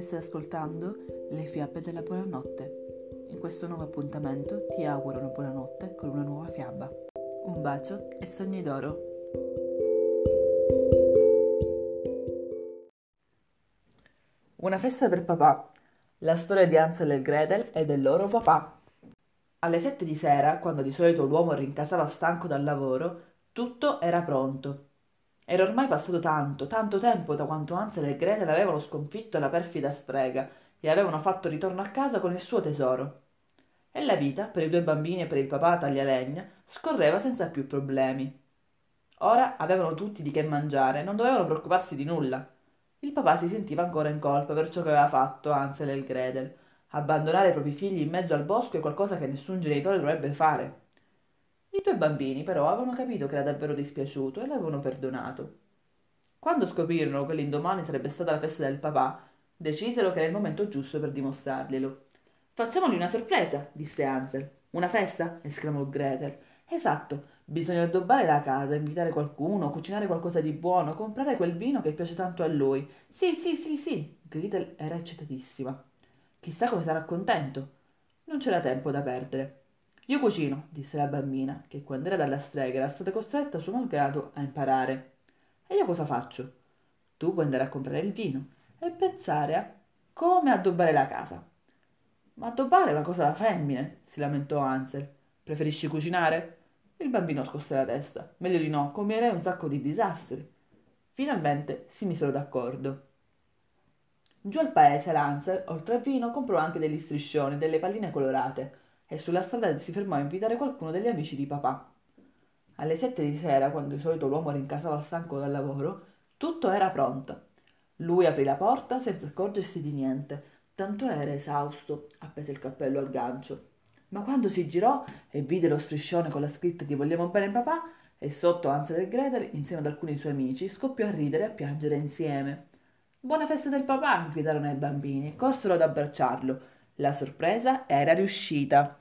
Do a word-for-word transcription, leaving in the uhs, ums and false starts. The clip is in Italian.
stai ascoltando Le fiabe della buonanotte. In questo nuovo appuntamento ti auguro una buonanotte con una nuova fiaba. Un bacio e sogni d'oro. Una festa per papà. La storia di Hansel e Gretel e del loro papà. Alle sette di sera, quando di solito l'uomo rincasava stanco dal lavoro, tutto era pronto. Era ormai passato tanto, tanto tempo da quanto Hansel e Gretel avevano sconfitto la perfida strega e avevano fatto ritorno a casa con il suo tesoro. E la vita, per i due bambini e per il papà taglialegna, scorreva senza più problemi. Ora avevano tutti di che mangiare, non dovevano preoccuparsi di nulla. Il papà si sentiva ancora in colpa per ciò che aveva fatto Hansel e Gretel. Abbandonare i propri figli in mezzo al bosco è qualcosa che nessun genitore dovrebbe fare. I due bambini però avevano capito che era davvero dispiaciuto e l'avevano perdonato. Quando scoprirono che l'indomani sarebbe stata la festa del papà, decisero che era il momento giusto per dimostrarglielo. «Facciamogli una sorpresa», disse Hansel. «Una festa?» esclamò Gretel. «Esatto, bisogna addobbare la casa, invitare qualcuno, cucinare qualcosa di buono, comprare quel vino che piace tanto a lui. Sì, sì, sì, sì!» Gretel era eccitatissima. «Chissà come sarà contento!» Non c'era tempo da perdere. «Io cucino», disse la bambina, che quando era dalla strega era stata costretta a suo malgrado a imparare. «E io cosa faccio?» «Tu puoi andare a comprare il vino e pensare a come addobbare la casa». «Ma addobbare è una cosa da femmine», si lamentò Hansel. «Preferisci cucinare?» Il bambino scosse la testa. «Meglio di no, combierei un sacco di disastri». Finalmente si misero d'accordo. Giù al paese Hansel, oltre al vino, comprò anche degli striscioni, delle palline colorate e sulla strada si fermò a invitare qualcuno degli amici di papà. Alle sette di sera, quando di solito l'uomo rincasava stanco dal lavoro, tutto era pronto. Lui aprì la porta senza accorgersi di niente, tanto era esausto, appese il cappello al gancio. Ma quando si girò e vide lo striscione con la scritta «Ti vogliamo bene papà» e sotto Hansel e Gretel, insieme ad alcuni suoi amici, scoppiò a ridere e a piangere insieme. «Buona festa del papà!» gridarono i bambini e corsero ad abbracciarlo. La sorpresa era riuscita.